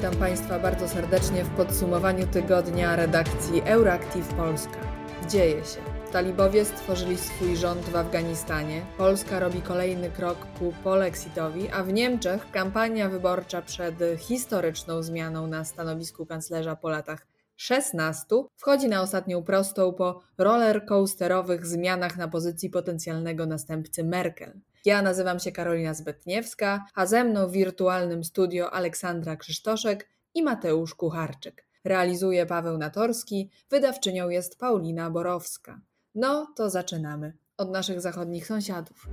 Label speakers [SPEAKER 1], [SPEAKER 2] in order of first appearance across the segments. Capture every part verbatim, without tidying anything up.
[SPEAKER 1] Witam Państwa bardzo serdecznie w podsumowaniu tygodnia redakcji Euractiv Polska. Dzieje się. Talibowie stworzyli swój rząd w Afganistanie, Polska robi kolejny krok ku polexitowi, a w Niemczech kampania wyborcza przed historyczną zmianą na stanowisku kanclerza po latach szesnastu wchodzi na ostatnią prostą po rollercoasterowych zmianach na pozycji potencjalnego następcy Merkel. Ja nazywam się Karolina Zbytniewska, a ze mną w wirtualnym studio Aleksandra Krzysztoszek i Mateusz Kucharczyk. Realizuje Paweł Natorski, wydawczynią jest Paulina Borowska. No to zaczynamy od naszych zachodnich sąsiadów.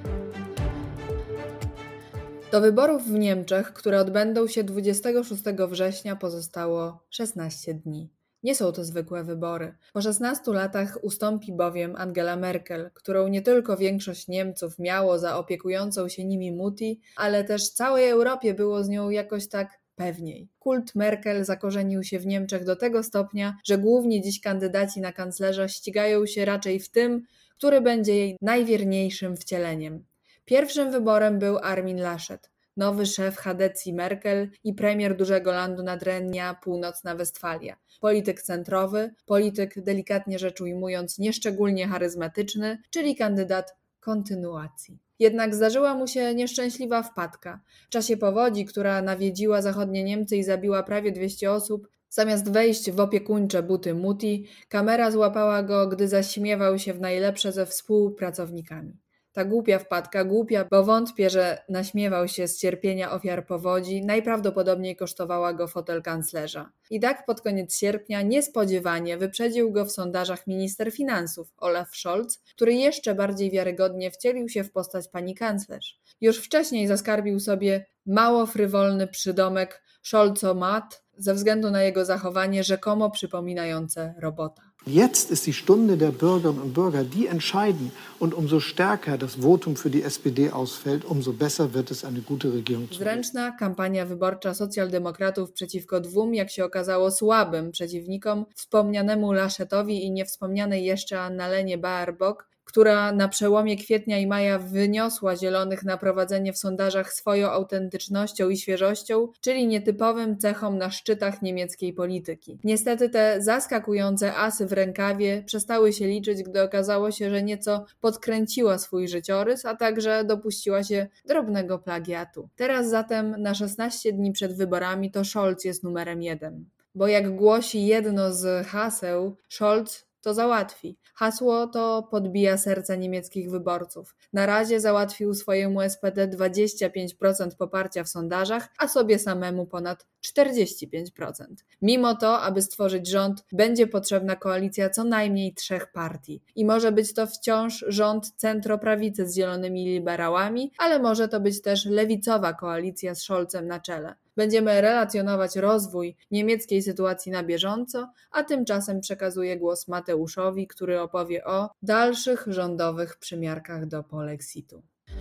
[SPEAKER 1] Do wyborów w Niemczech, które odbędą się dwudziestego szóstego września, pozostało szesnaście dni. Nie są to zwykłe wybory. Po szesnastu latach ustąpi bowiem Angela Merkel, którą nie tylko większość Niemców miało za opiekującą się nimi Mutti, ale też całej Europie było z nią jakoś tak pewniej. Kult Merkel zakorzenił się w Niemczech do tego stopnia, że główni dziś kandydaci na kanclerza ścigają się raczej w tym, który będzie jej najwierniejszym wcieleniem. Pierwszym wyborem był Armin Laschet, nowy szef Chadecji Merkel i premier dużego landu Nadrennia Północna Westfalia. Polityk centrowy, polityk delikatnie rzecz ujmując nieszczególnie charyzmatyczny, czyli kandydat kontynuacji. Jednak zdarzyła mu się nieszczęśliwa wpadka. W czasie powodzi, która nawiedziła zachodnie Niemcy i zabiła prawie dwieście osób, zamiast wejść w opiekuńcze buty Mutti, kamera złapała go, gdy zaśmiewał się w najlepsze ze współpracownikami. Ta głupia wpadka, głupia, bo wątpię, że naśmiewał się z cierpienia ofiar powodzi, najprawdopodobniej kosztowała go fotel kanclerza. I tak pod koniec sierpnia niespodziewanie wyprzedził go w sondażach minister finansów Olaf Scholz, który jeszcze bardziej wiarygodnie wcielił się w postać pani kanclerz. Już wcześniej zaskarbił sobie mało frywolny przydomek Scholzomat ze względu na jego zachowanie rzekomo przypominające robota.
[SPEAKER 2] Jetzt ist die Stunde der Bürgerinnen und Bürger, die entscheiden und umso stärker das Votum für die S P D ausfällt, umso besser wird es eine gute Regierung zu werden.
[SPEAKER 1] Zręczna kampania wyborcza socjaldemokratów przeciwko dwóm, jak się okazało, słabym przeciwnikom, wspomnianemu Laschetowi i niewspomnianej jeszcze Annalenie Baerbock, która na przełomie kwietnia i maja wyniosła Zielonych na prowadzenie w sondażach swoją autentycznością i świeżością, czyli nietypowym cechom na szczytach niemieckiej polityki. Niestety te zaskakujące asy w rękawie przestały się liczyć, gdy okazało się, że nieco podkręciła swój życiorys, a także dopuściła się drobnego plagiatu. Teraz zatem na szesnaście dni przed wyborami to Scholz jest numerem jeden. Bo jak głosi jedno z haseł, Scholz to załatwi. Hasło to podbija serca niemieckich wyborców. Na razie załatwił swojemu S P D dwadzieścia pięć procent poparcia w sondażach, a sobie samemu ponad czterdzieści pięć procent. Mimo to, aby stworzyć rząd, będzie potrzebna koalicja co najmniej trzech partii. I może być to wciąż rząd centroprawicy z zielonymi liberałami, ale może to być też lewicowa koalicja z Scholzem na czele. Będziemy relacjonować rozwój niemieckiej sytuacji na bieżąco, a tymczasem przekazuję głos Mateuszowi, który opowie o dalszych rządowych przymiarkach do polexitu.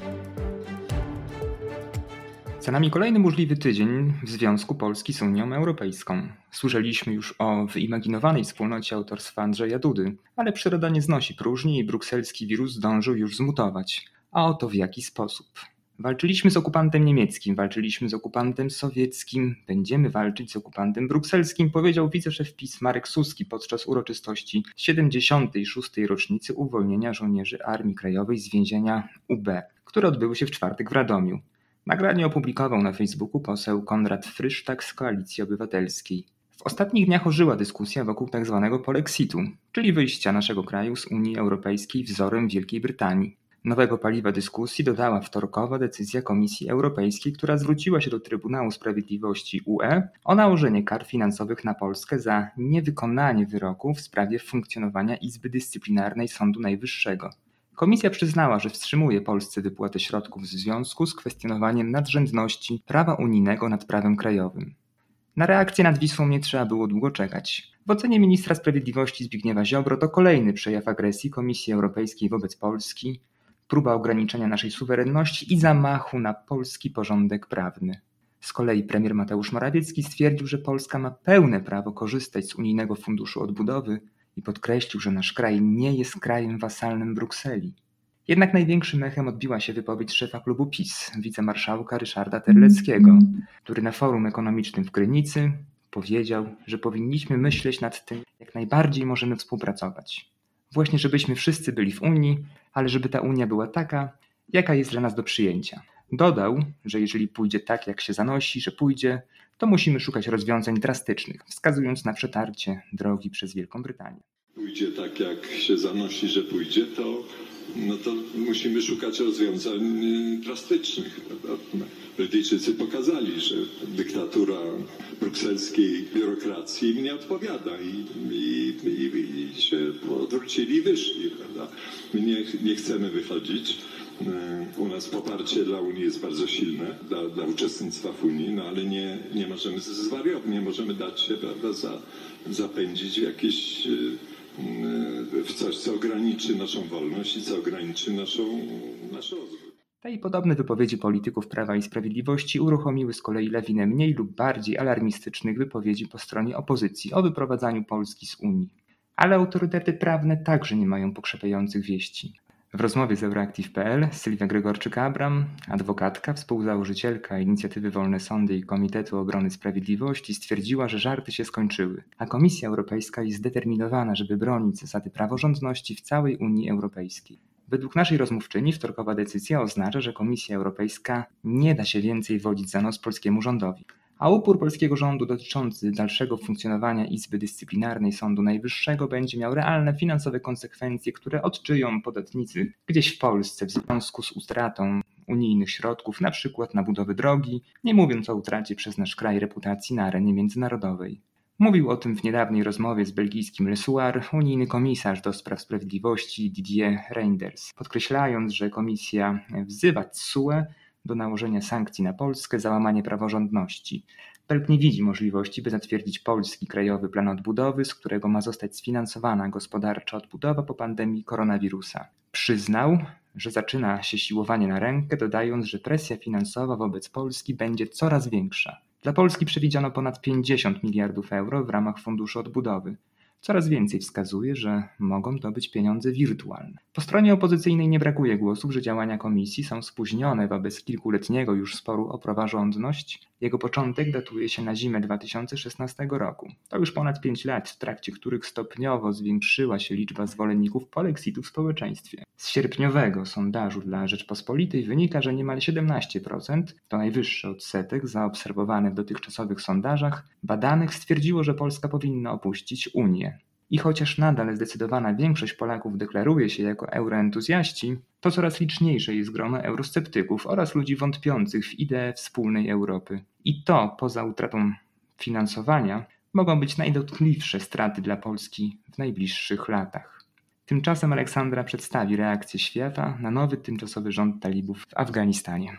[SPEAKER 3] Za nami kolejny burzliwy tydzień w związku Polski z Unią Europejską. Słyszeliśmy już o wyimaginowanej wspólnocie autorstwa Andrzeja Dudy, ale przyroda nie znosi próżni i brukselski wirus zdążył już zmutować. A oto w jaki sposób. Walczyliśmy z okupantem niemieckim, walczyliśmy z okupantem sowieckim, będziemy walczyć z okupantem brukselskim, powiedział wiceszef PiS Marek Suski podczas uroczystości siedemdziesiątej szóstej rocznicy uwolnienia żołnierzy Armii Krajowej z więzienia U B, które odbyły się w czwartek w Radomiu. Nagranie opublikował na Facebooku poseł Konrad Frysztak z Koalicji Obywatelskiej. W ostatnich dniach ożyła dyskusja wokół tzw. polexitu, czyli wyjścia naszego kraju z Unii Europejskiej wzorem Wielkiej Brytanii. Nowego paliwa dyskusji dodała wtorkowa decyzja Komisji Europejskiej, która zwróciła się do Trybunału Sprawiedliwości U E o nałożenie kar finansowych na Polskę za niewykonanie wyroku w sprawie funkcjonowania Izby Dyscyplinarnej Sądu Najwyższego. Komisja przyznała, że wstrzymuje Polsce wypłatę środków w związku z kwestionowaniem nadrzędności prawa unijnego nad prawem krajowym. Na reakcję nad Wisłą nie trzeba było długo czekać. W ocenie ministra sprawiedliwości Zbigniewa Ziobro to kolejny przejaw agresji Komisji Europejskiej wobec Polski, próba ograniczenia naszej suwerenności i zamachu na polski porządek prawny. Z kolei premier Mateusz Morawiecki stwierdził, że Polska ma pełne prawo korzystać z Unijnego Funduszu Odbudowy i podkreślił, że nasz kraj nie jest krajem wasalnym Brukseli. Jednak największym echem odbiła się wypowiedź szefa klubu PiS, wicemarszałka Ryszarda Terleckiego, który na forum ekonomicznym w Krynicy powiedział, że powinniśmy myśleć nad tym, jak najbardziej możemy współpracować. Właśnie żebyśmy wszyscy byli w Unii, ale żeby ta Unia była taka, jaka jest dla nas do przyjęcia. Dodał, że jeżeli pójdzie tak, jak się zanosi, że pójdzie, to musimy szukać rozwiązań drastycznych, wskazując na przetarcie drogi przez Wielką Brytanię.
[SPEAKER 4] Pójdzie tak, jak się zanosi, że pójdzie, to, no to musimy szukać rozwiązań drastycznych. Brytyjczycy pokazali, że dyktatura brukselskiej biurokracji im nie odpowiada i, i, i, i się odwrócili i wyszli. Prawda? My nie, nie chcemy wychodzić. U nas poparcie dla Unii jest bardzo silne, dla, dla uczestnictwa w Unii, no ale nie, nie możemy zwariować, nie możemy dać się, prawda, za, zapędzić w jakieś w coś, co ograniczy naszą wolność i co ograniczy naszą, nasz rozwój.
[SPEAKER 3] Te i podobne wypowiedzi polityków Prawa i Sprawiedliwości uruchomiły z kolei lawinę mniej lub bardziej alarmistycznych wypowiedzi po stronie opozycji o wyprowadzaniu Polski z Unii. Ale autorytety prawne także nie mają pokrzepiających wieści. W rozmowie z Euroactiv kropka p l Sylwia Gregorczyk-Abram, adwokatka, współzałożycielka inicjatywy Wolne Sądy i Komitetu Obrony Sprawiedliwości, stwierdziła, że żarty się skończyły, a Komisja Europejska jest zdeterminowana, żeby bronić zasady praworządności w całej Unii Europejskiej. Według naszej rozmówczyni wtorkowa decyzja oznacza, że Komisja Europejska nie da się więcej wodzić za nos polskiemu rządowi. A upór polskiego rządu dotyczący dalszego funkcjonowania Izby Dyscyplinarnej Sądu Najwyższego będzie miał realne finansowe konsekwencje, które odczują podatnicy gdzieś w Polsce w związku z utratą unijnych środków, na przykład na budowę drogi, nie mówiąc o utracie przez nasz kraj reputacji na arenie międzynarodowej. Mówił o tym w niedawnej rozmowie z belgijskim Le Soir unijny komisarz do spraw sprawiedliwości Didier Reynders, podkreślając, że komisja wzywa T S U E do nałożenia sankcji na Polskę za łamanie praworządności. Belg nie widzi możliwości, by zatwierdzić polski krajowy plan odbudowy, z którego ma zostać sfinansowana gospodarcza odbudowa po pandemii koronawirusa. Przyznał, że zaczyna się siłowanie na rękę, dodając, że presja finansowa wobec Polski będzie coraz większa. Dla Polski przewidziano ponad pięćdziesiąt miliardów euro w ramach Funduszu Odbudowy. Coraz więcej wskazuje, że mogą to być pieniądze wirtualne. Po stronie opozycyjnej nie brakuje głosów, że działania komisji są spóźnione wobec kilkuletniego już sporu o praworządność. Jego początek datuje się na zimę dwa tysiące szesnastego roku. To już ponad pięć lat, w trakcie których stopniowo zwiększyła się liczba zwolenników polexitu w społeczeństwie. Z sierpniowego sondażu dla Rzeczpospolitej wynika, że niemal siedemnaście procent, to najwyższy odsetek zaobserwowany w dotychczasowych sondażach, badanych stwierdziło, że Polska powinna opuścić Unię. I chociaż nadal zdecydowana większość Polaków deklaruje się jako euroentuzjaści, to coraz liczniejsze jest grono eurosceptyków oraz ludzi wątpiących w ideę wspólnej Europy. I to, poza utratą finansowania, mogą być najdotkliwsze straty dla Polski w najbliższych latach. Tymczasem Aleksandra przedstawi reakcję świata na nowy tymczasowy rząd talibów w Afganistanie.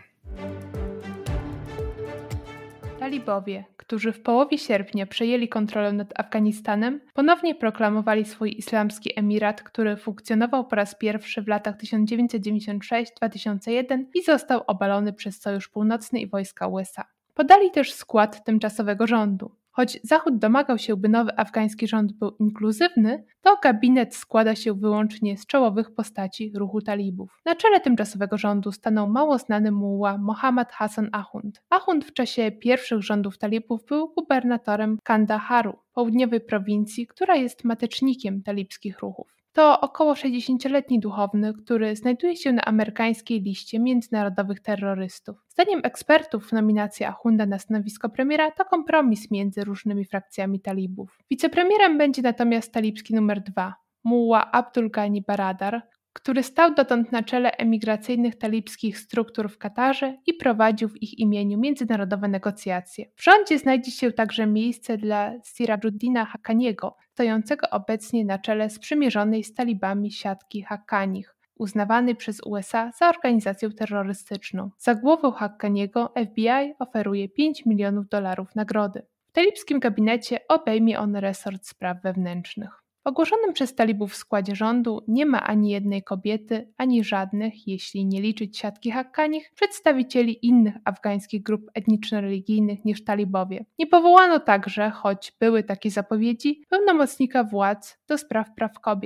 [SPEAKER 5] Talibowie, którzy w połowie sierpnia przejęli kontrolę nad Afganistanem, ponownie proklamowali swój islamski emirat, który funkcjonował po raz pierwszy w latach tysiąc dziewięćset dziewięćdziesiąt sześć do dwa tysiące jeden i został obalony przez Sojusz Północny i wojska U S A. Podali też skład tymczasowego rządu. Choć Zachód domagał się, by nowy afgański rząd był inkluzywny, to gabinet składa się wyłącznie z czołowych postaci ruchu talibów. Na czele tymczasowego rządu stanął mało znany mułła Mohammad Hassan Ahund. Ahund w czasie pierwszych rządów talibów był gubernatorem Kandaharu, południowej prowincji, która jest matecznikiem talibskich ruchów. To około sześćdziesięcioletni duchowny, który znajduje się na amerykańskiej liście międzynarodowych terrorystów. Zdaniem ekspertów nominacja Ahunda na stanowisko premiera to kompromis między różnymi frakcjami talibów. Wicepremierem będzie natomiast talibski numer dwa, mułła Abdul Ghani Baradar, który stał dotąd na czele emigracyjnych talibskich struktur w Katarze i prowadził w ich imieniu międzynarodowe negocjacje. W rządzie znajdzie się także miejsce dla Sirajuddina Haqqaniego, stojącego obecnie na czele sprzymierzonej z talibami siatki Haqqanich, uznawany przez U S A za organizację terrorystyczną. Za głowę Haqqaniego F B I oferuje pięć milionów dolarów nagrody. W talibskim gabinecie obejmie on resort spraw wewnętrznych. W ogłoszonym przez talibów składzie rządu nie ma ani jednej kobiety, ani żadnych, jeśli nie liczyć siatki Haqqanich, przedstawicieli innych afgańskich grup etniczno-religijnych niż talibowie. Nie powołano także, choć były takie zapowiedzi, pełnomocnika władz do spraw praw kobiet.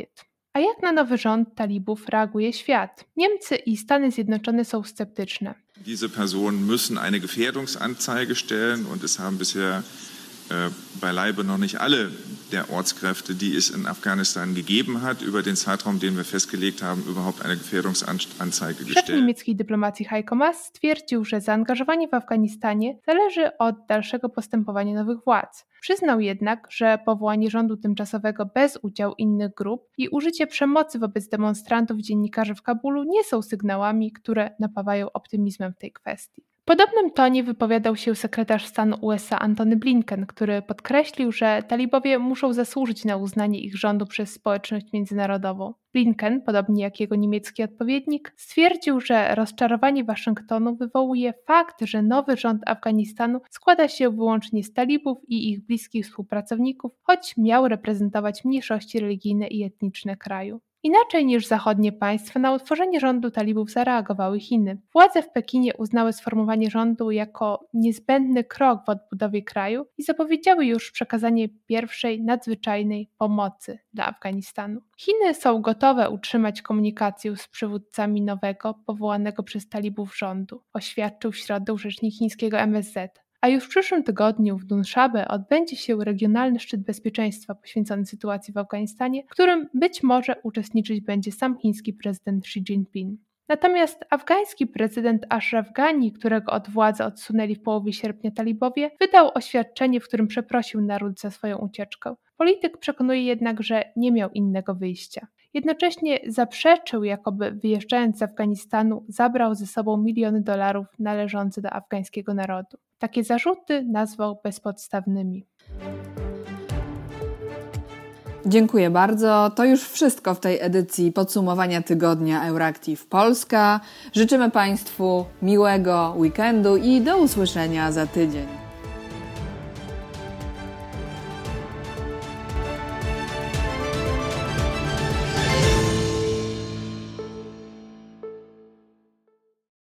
[SPEAKER 5] A jak na nowy rząd talibów reaguje świat? Niemcy i Stany Zjednoczone są sceptyczne.
[SPEAKER 6] Diese Personen müssen eine Gefährdungsanzeige stellen und es haben bisher beileibe noch nicht alle der Ortskräfte, die es in Afghanistan gegeben hat, über den Zeitraum, den wir festgelegt haben, überhaupt eine Gefährdungsanzeige gestellt.
[SPEAKER 5] Szef niemieckiej dyplomacji Heiko Maas stwierdził, że zaangażowanie w Afganistanie zależy od dalszego postępowania nowych władz. Przyznał jednak, że powołanie rządu tymczasowego bez udziału innych grup i użycie przemocy wobec demonstrantów i dziennikarzy w Kabulu nie są sygnałami, które napawają optymizmem w tej kwestii. W podobnym tonie wypowiadał się sekretarz stanu U S A Antony Blinken, który podkreślił, że talibowie muszą zasłużyć na uznanie ich rządu przez społeczność międzynarodową. Blinken, podobnie jak jego niemiecki odpowiednik, stwierdził, że rozczarowanie Waszyngtonu wywołuje fakt, że nowy rząd Afganistanu składa się wyłącznie z talibów i ich bliskich współpracowników, choć miał reprezentować mniejszości religijne i etniczne kraju. Inaczej niż zachodnie państwa na utworzenie rządu talibów zareagowały Chiny. Władze w Pekinie uznały sformowanie rządu jako niezbędny krok w odbudowie kraju i zapowiedziały już przekazanie pierwszej nadzwyczajnej pomocy dla Afganistanu. Chiny są gotowe utrzymać komunikację z przywódcami nowego, powołanego przez talibów rządu, oświadczył w środę rzecznik chińskiego M S Z. A już w przyszłym tygodniu w Dunszabe odbędzie się regionalny szczyt bezpieczeństwa poświęcony sytuacji w Afganistanie, w którym być może uczestniczyć będzie sam chiński prezydent Xi Jinping. Natomiast afgański prezydent Ashraf Ghani, którego od władzy odsunęli w połowie sierpnia talibowie, wydał oświadczenie, w którym przeprosił naród za swoją ucieczkę. Polityk przekonuje jednak, że nie miał innego wyjścia. Jednocześnie zaprzeczył, jakoby wyjeżdżając z Afganistanu zabrał ze sobą miliony dolarów należące do afgańskiego narodu. Takie zarzuty nazwał bezpodstawnymi.
[SPEAKER 1] Dziękuję bardzo. To już wszystko w tej edycji podsumowania tygodnia Euractiv Polska. Życzymy Państwu miłego weekendu i do usłyszenia za tydzień.